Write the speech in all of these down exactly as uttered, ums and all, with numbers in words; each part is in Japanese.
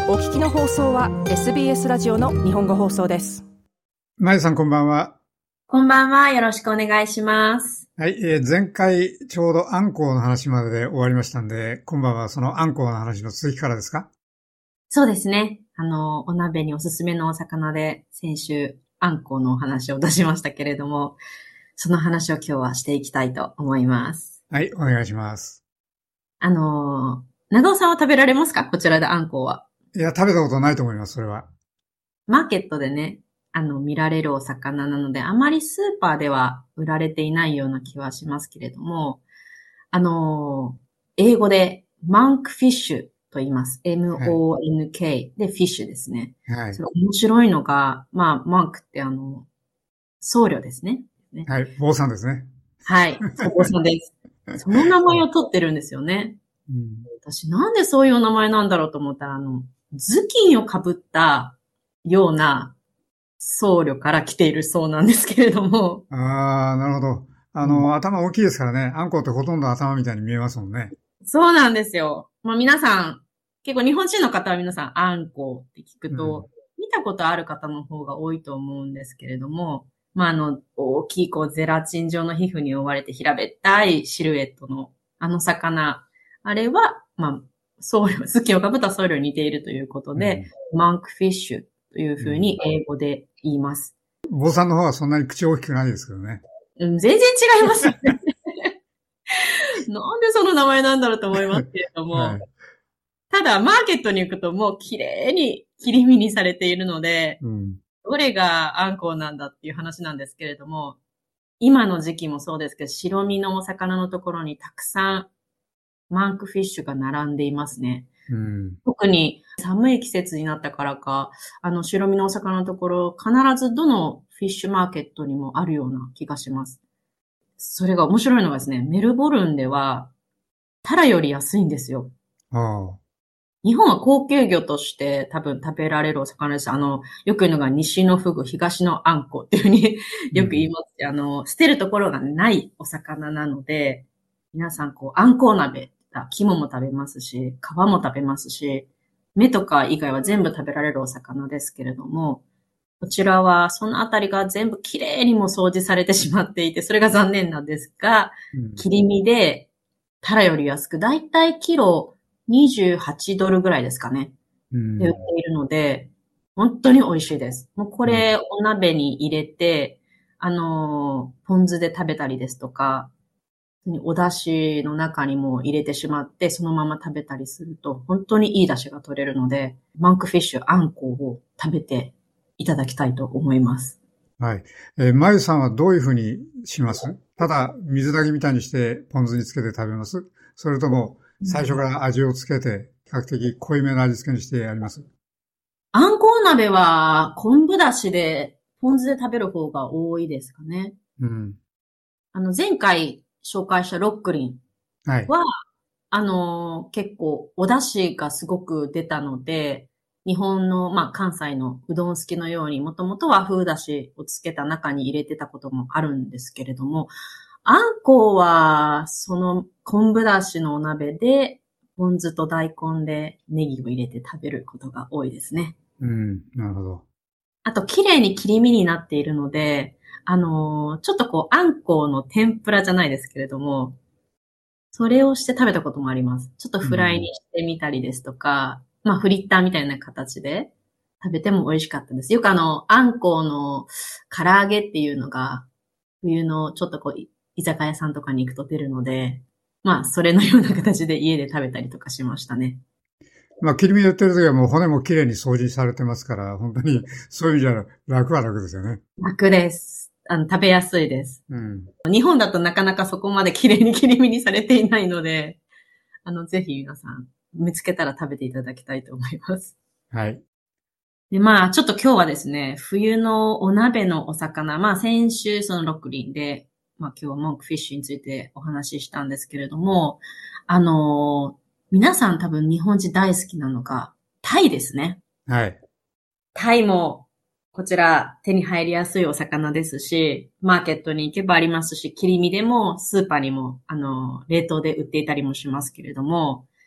お聞きの放送は エスビーエス ラジオの日本語放送です。 まゆさんこんばんは。 こんばんは。よろしくお願いします。 はい、えー、前回ちょうどあんこうの話までで終わりましたんで、今晩はそのあんこうの話の続きからですか？ そうですね。あの、お鍋におすすめのお魚で先週あんこうのお話を出しましたけれども、その話を今日はしていきたいと思います。 はい、お願いします。 あの、長尾さんは食べられますか？こちらであんこうは。 いや、食べたことないと思います、それは。 マーケットでね、あの、見られるお魚なので、あまりスーパーでは売られていないような気はしますけれども、あの、英語でマンクフィッシュと言います。エムオーエヌケー、はい、で、フィッシュですね。 はい。 それ面白いのが、まあ、マンクってあの、僧侶ですね。 はい、坊さんですね。 はい、坊さんです。その名前を取ってるんですよね。うん、私なんでそういうお名前なんだろうと思ったら、あの、頭巾をかぶったような僧侶から来ているそうなんですけれども。 ああ、なるほど。あの、うん、頭大きいですからね。あんこうってほとんど頭みたいに見えますもんね。 そうなんですよ。まあ皆さん、結構日本人の方は皆さんあんこって聞くと、うん、見たことある方の方が多いと思うんですけれども、まああの、大きいこうゼラチン状の皮膚に覆われて平べったいシルエットのあの魚、あれは、まあ、僧侶、頭巾をかぶった僧侶に似ているということで、うん、マンクフィッシュというふうに英語で言います。 坊さんの方はそんなに口大きくないですけどね。 うん、全然違いますよね。なんでその名前なんだろうと思いますけれども、はい、ただマーケットに行くともう綺麗に切り身にされているので、うん、どれがあんこうなんだっていう話なんですけれども、今の時期もそうですけど、白身のお魚のところにたくさんマンクフィッシュが並んでいますね。うん、特に寒い季節になったからか、あの白身のお魚のところ、必ずどのフィッシュマーケットにもあるような気がします。それが面白いのがですね、メルボルンでは、タラより安いんですよ。ああ、日本は高級魚として多分食べられるお魚です。あの、よく言うのが西のフグ、東のあんこっていうふうによく言います、うん、あの、捨てるところがないお魚なので、皆さんこう、あんこう鍋、肝も食べますし、皮も食べますし、目とか以外は全部食べられるお魚ですけれども、こちらはそのあたりが全部きれいにも掃除されてしまっていて、それが残念なんですが、うん、切り身でタラより安く、だいたいキロにじゅうはちドルぐらいですかね。で売っているので、本当に美味しいです。もうこれお鍋に入れて、あの、ポン酢で食べたりですとか、お出汁の中にも入れてしまって、そのまま食べたりすると、本当にいい出汁が取れるので、マンクフィッシュ、あんこを食べていただきたいと思います。 はい。えー、まゆさんはどういうふうにします？ただ、水炊きみたいにしてポン酢につけて食べます？それとも、最初から味をつけて、比較的濃いめの味付けにしてやります？ あんこう鍋は昆布だしで、ポン酢で食べる方が多いですかね。うん。あの、前回紹介したロックリンは、はい、あの、結構お出汁がすごく出たので、日本の、まあ、関西のうどん好きのように、もともと和風だしをつけた中に入れてたこともあるんですけれども、あんこうは、その昆布だしのお鍋で、ポン酢と大根でネギを入れて食べることが多いですね。 うん、なるほど。 あと、綺麗に切り身になっているので、あのー、ちょっとこう、あんこうの天ぷらじゃないですけれども、それをして食べたこともあります。ちょっとフライにしてみたりですとか、うん、まあフリッターみたいな形で食べても美味しかったです。よくあの、あんこうの唐揚げっていうのが、冬のちょっとこう、居酒屋さんとかに行くと出るので、まあそれのような形で家で食べたりとかしましたね。 まあ切り身やってる時はもう骨もきれいに掃除されてますから、本当にそういう意味じゃ楽は楽ですよね。 楽です。あの、食べやすいです。うん、日本だとなかなかそこまで綺麗に切り身にされていないので、あの、ぜひ皆さん見つけたら食べていただきたいと思います。 はい。 で、まあ、ちょっと今日はですね、冬のお鍋のお魚、まあ先週そのロックリンで、まあ今日はモンクフィッシュについてお話ししたんですけれども、あの、皆さん多分日本人大好きなのが、タイですね。 はい。 タイも、こちら手に入りやすいお魚ですし、マーケットに行けばありますし、切り身でもスーパーにも、あの、冷凍で売っていたりもしますけれども、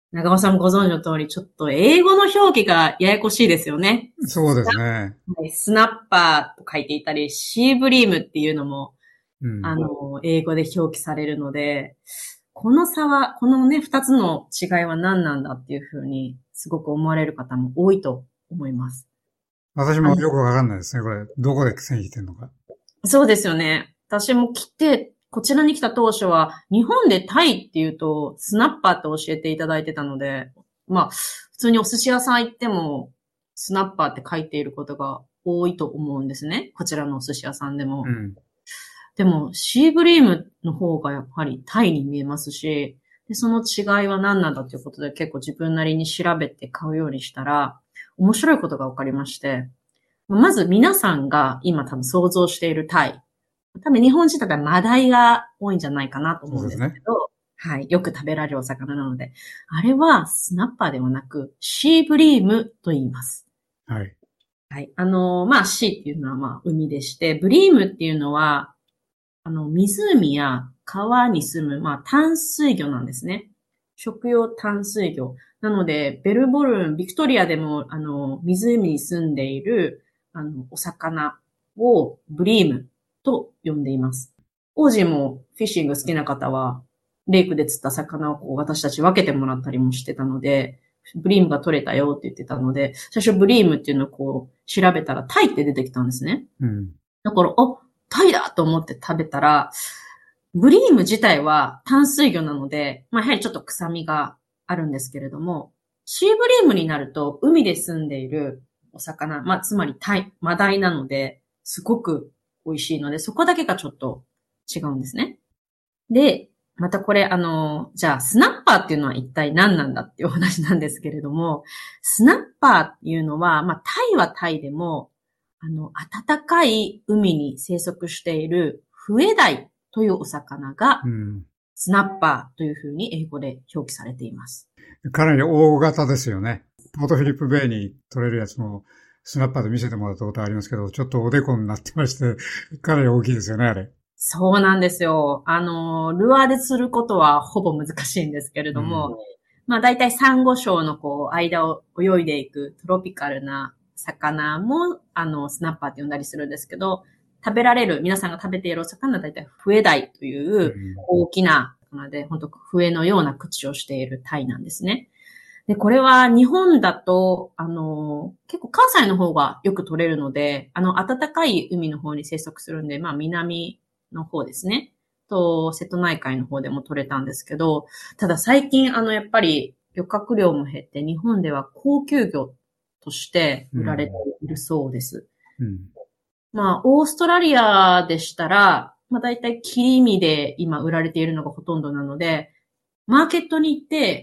長尾さんもご存知の通り、ちょっと英語の表記がややこしいですよね。 そうですね。 スナッパーと書いていたり、シーブリームっていうのも、 うん、 あの、英語で表記されるので、この差は、このね、二つの違いは何なんだっていうふうに、すごく思われる方も多いと思います。 私もよくわかんないですね、これ。どこで線引いてるのか。 そうですよね。私も来て、こちらに来た当初は、日本でタイっていうと、スナッパーって教えていただいてたので、まあ、普通にお寿司屋さん行っても、スナッパーって書いていることが多いと思うんですね。こちらのお寿司屋さんでも。 うん、 でも、シーブリームの方がやっぱりタイに見えますし、でその違いは何なんだということで結構自分なりに調べて買うようにしたら、面白いことが分かりまして、まず皆さんが今多分想像しているタイ。多分日本人だったらマダイが多いんじゃないかなと思うんですけど、ね、はい。よく食べられるお魚なので。あれはスナッパーではなく、シーブリームと言います。 はい。 はい。あの、まあ、シーっていうのはまあ、海でして、ブリームっていうのは、あの、湖や川に住む、まあ、淡水魚なんですね。食用淡水魚。なので、ベルボルン、ビクトリアでも、あの、湖に住んでいる、あの、お魚をブリームと呼んでいます。王子もフィッシング好きな方は、レイクで釣った魚をこう私たち分けてもらったりもしてたので、ブリームが取れたよって言ってたので、最初ブリームっていうのをこう調べたらタイって出てきたんですね。 うん、 だから、あ、タイだと思って食べたら、ブリーム自体は淡水魚なので、まあやはりちょっと臭みがあるんですけれども、シーブリームになると海で住んでいるお魚、まあつまりタイ、マダイなので、すごく美味しいので、そこだけがちょっと違うんですね。で、またこれあの、じゃあスナッパーっていうのは一体何なんだっていうお話なんですけれども、スナッパーっていうのは、まあタイはタイでも、あの、暖かい海に生息しているフエダイというお魚が、スナッパーというふうに英語で表記されています。 うん、かなり大型ですよね。ポートフィリップベイに取れるやつも、スナッパーで見せてもらったことありますけど、ちょっとおでこになってまして、かなり大きいですよね、あれ。 そうなんですよ。あの、ルアーで釣ることはほぼ難しいんですけれども、うん、まあ大体サンゴ礁のこう、間を泳いでいくトロピカルな魚も、あの、スナッパーって呼んだりするんですけど、食べられる、皆さんが食べているお魚は大体フエダイという大きな魚で、本当笛のような口をしているタイなんですね。で、これは日本だと、あの、結構関西の方がよく取れるので、あの、暖かい海の方に生息するんで、まあ南の方ですね。と、瀬戸内海の方でも取れたんですけど、ただ最近、あの、やっぱり漁獲量も減って、日本では高級魚として売られているそうです。 うんうん、 まあ、オーストラリアでしたら、まあ大体切り身で今売られているのがほとんどなので、マーケットに行って、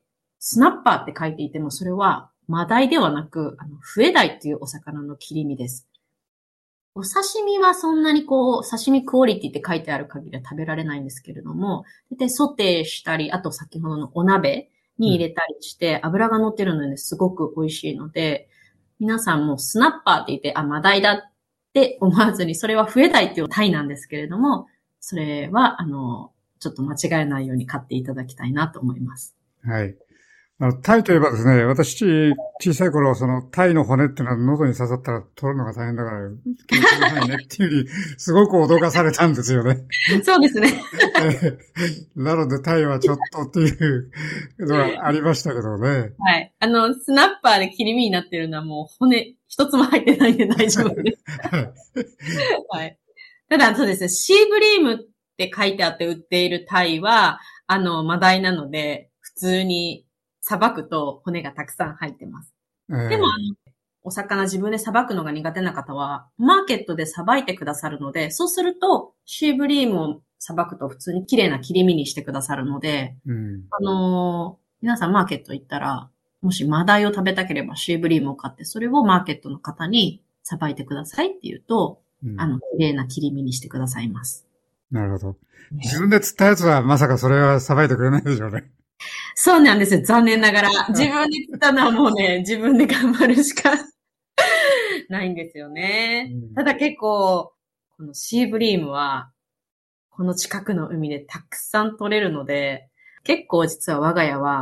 スナッパーって書いていても、それはマダイではなく、あの、フエダイっていうお魚の切り身です。お刺身はそんなにこう、刺身クオリティって書いてある限りは食べられないんですけれども、でソテーしたり、あと先ほどのお鍋に入れたりして、油が乗ってるのですごく美味しいので、皆さんもスナッパーって言って、あ、マダイだって思わずに、それはフエダイっていうタイなんですけれども、それは、あの、ちょっと間違えないように買っていただきたいなと思います。 はい。あの、タイといえばですね、私、小さい頃、その、タイの骨っていうのは喉に刺さったら取るのが大変だから、気にしなさいねっていうふうに、すごく脅かされたんですよね。 そうですね。 なので、タイはちょっとっていうのがありましたけどね。 はい。あの、スナッパーで切り身になってるのはもう骨一つも入ってないんで大丈夫です。はい。ただ、そうですね、シーブリームって書いてあって売っているタイは、あの、マダイなので、普通に、さばくと骨がたくさん入ってます。えー、でも、お魚自分でさばくのが苦手な方は、マーケットでさばいてくださるので、そうすると、シーブリームをさばくと普通に綺麗な切り身にしてくださるので、うん、あのー、皆さんマーケット行ったら、もしマダイを食べたければシーブリームを買って、それをマーケットの方にさばいてくださいって言うと、うん、あの、綺麗な切り身にしてくださいます。 なるほど。自分で釣ったやつはまさかそれはさばいてくれないでしょうね。 そうなんですよ。残念ながら。自分で釣ったのはもうね、自分で頑張るしかないんですよね。うん、ただ結構、このシーブリームは、この近くの海でたくさん取れるので、結構実は我が家は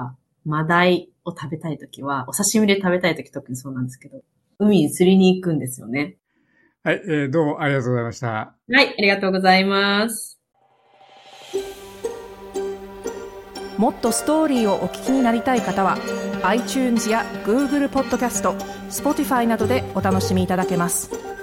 マダイを食べたいときは、お刺身で食べたいとき特にそうなんですけど、海に釣りに行くんですよね。 はい、えー、どうもありがとうございました。はい、ありがとうございます。 もっとストーリーをお聞きになりたい方は iTunes や Google ポッドキャスト、Spotify などでお楽しみいただけます。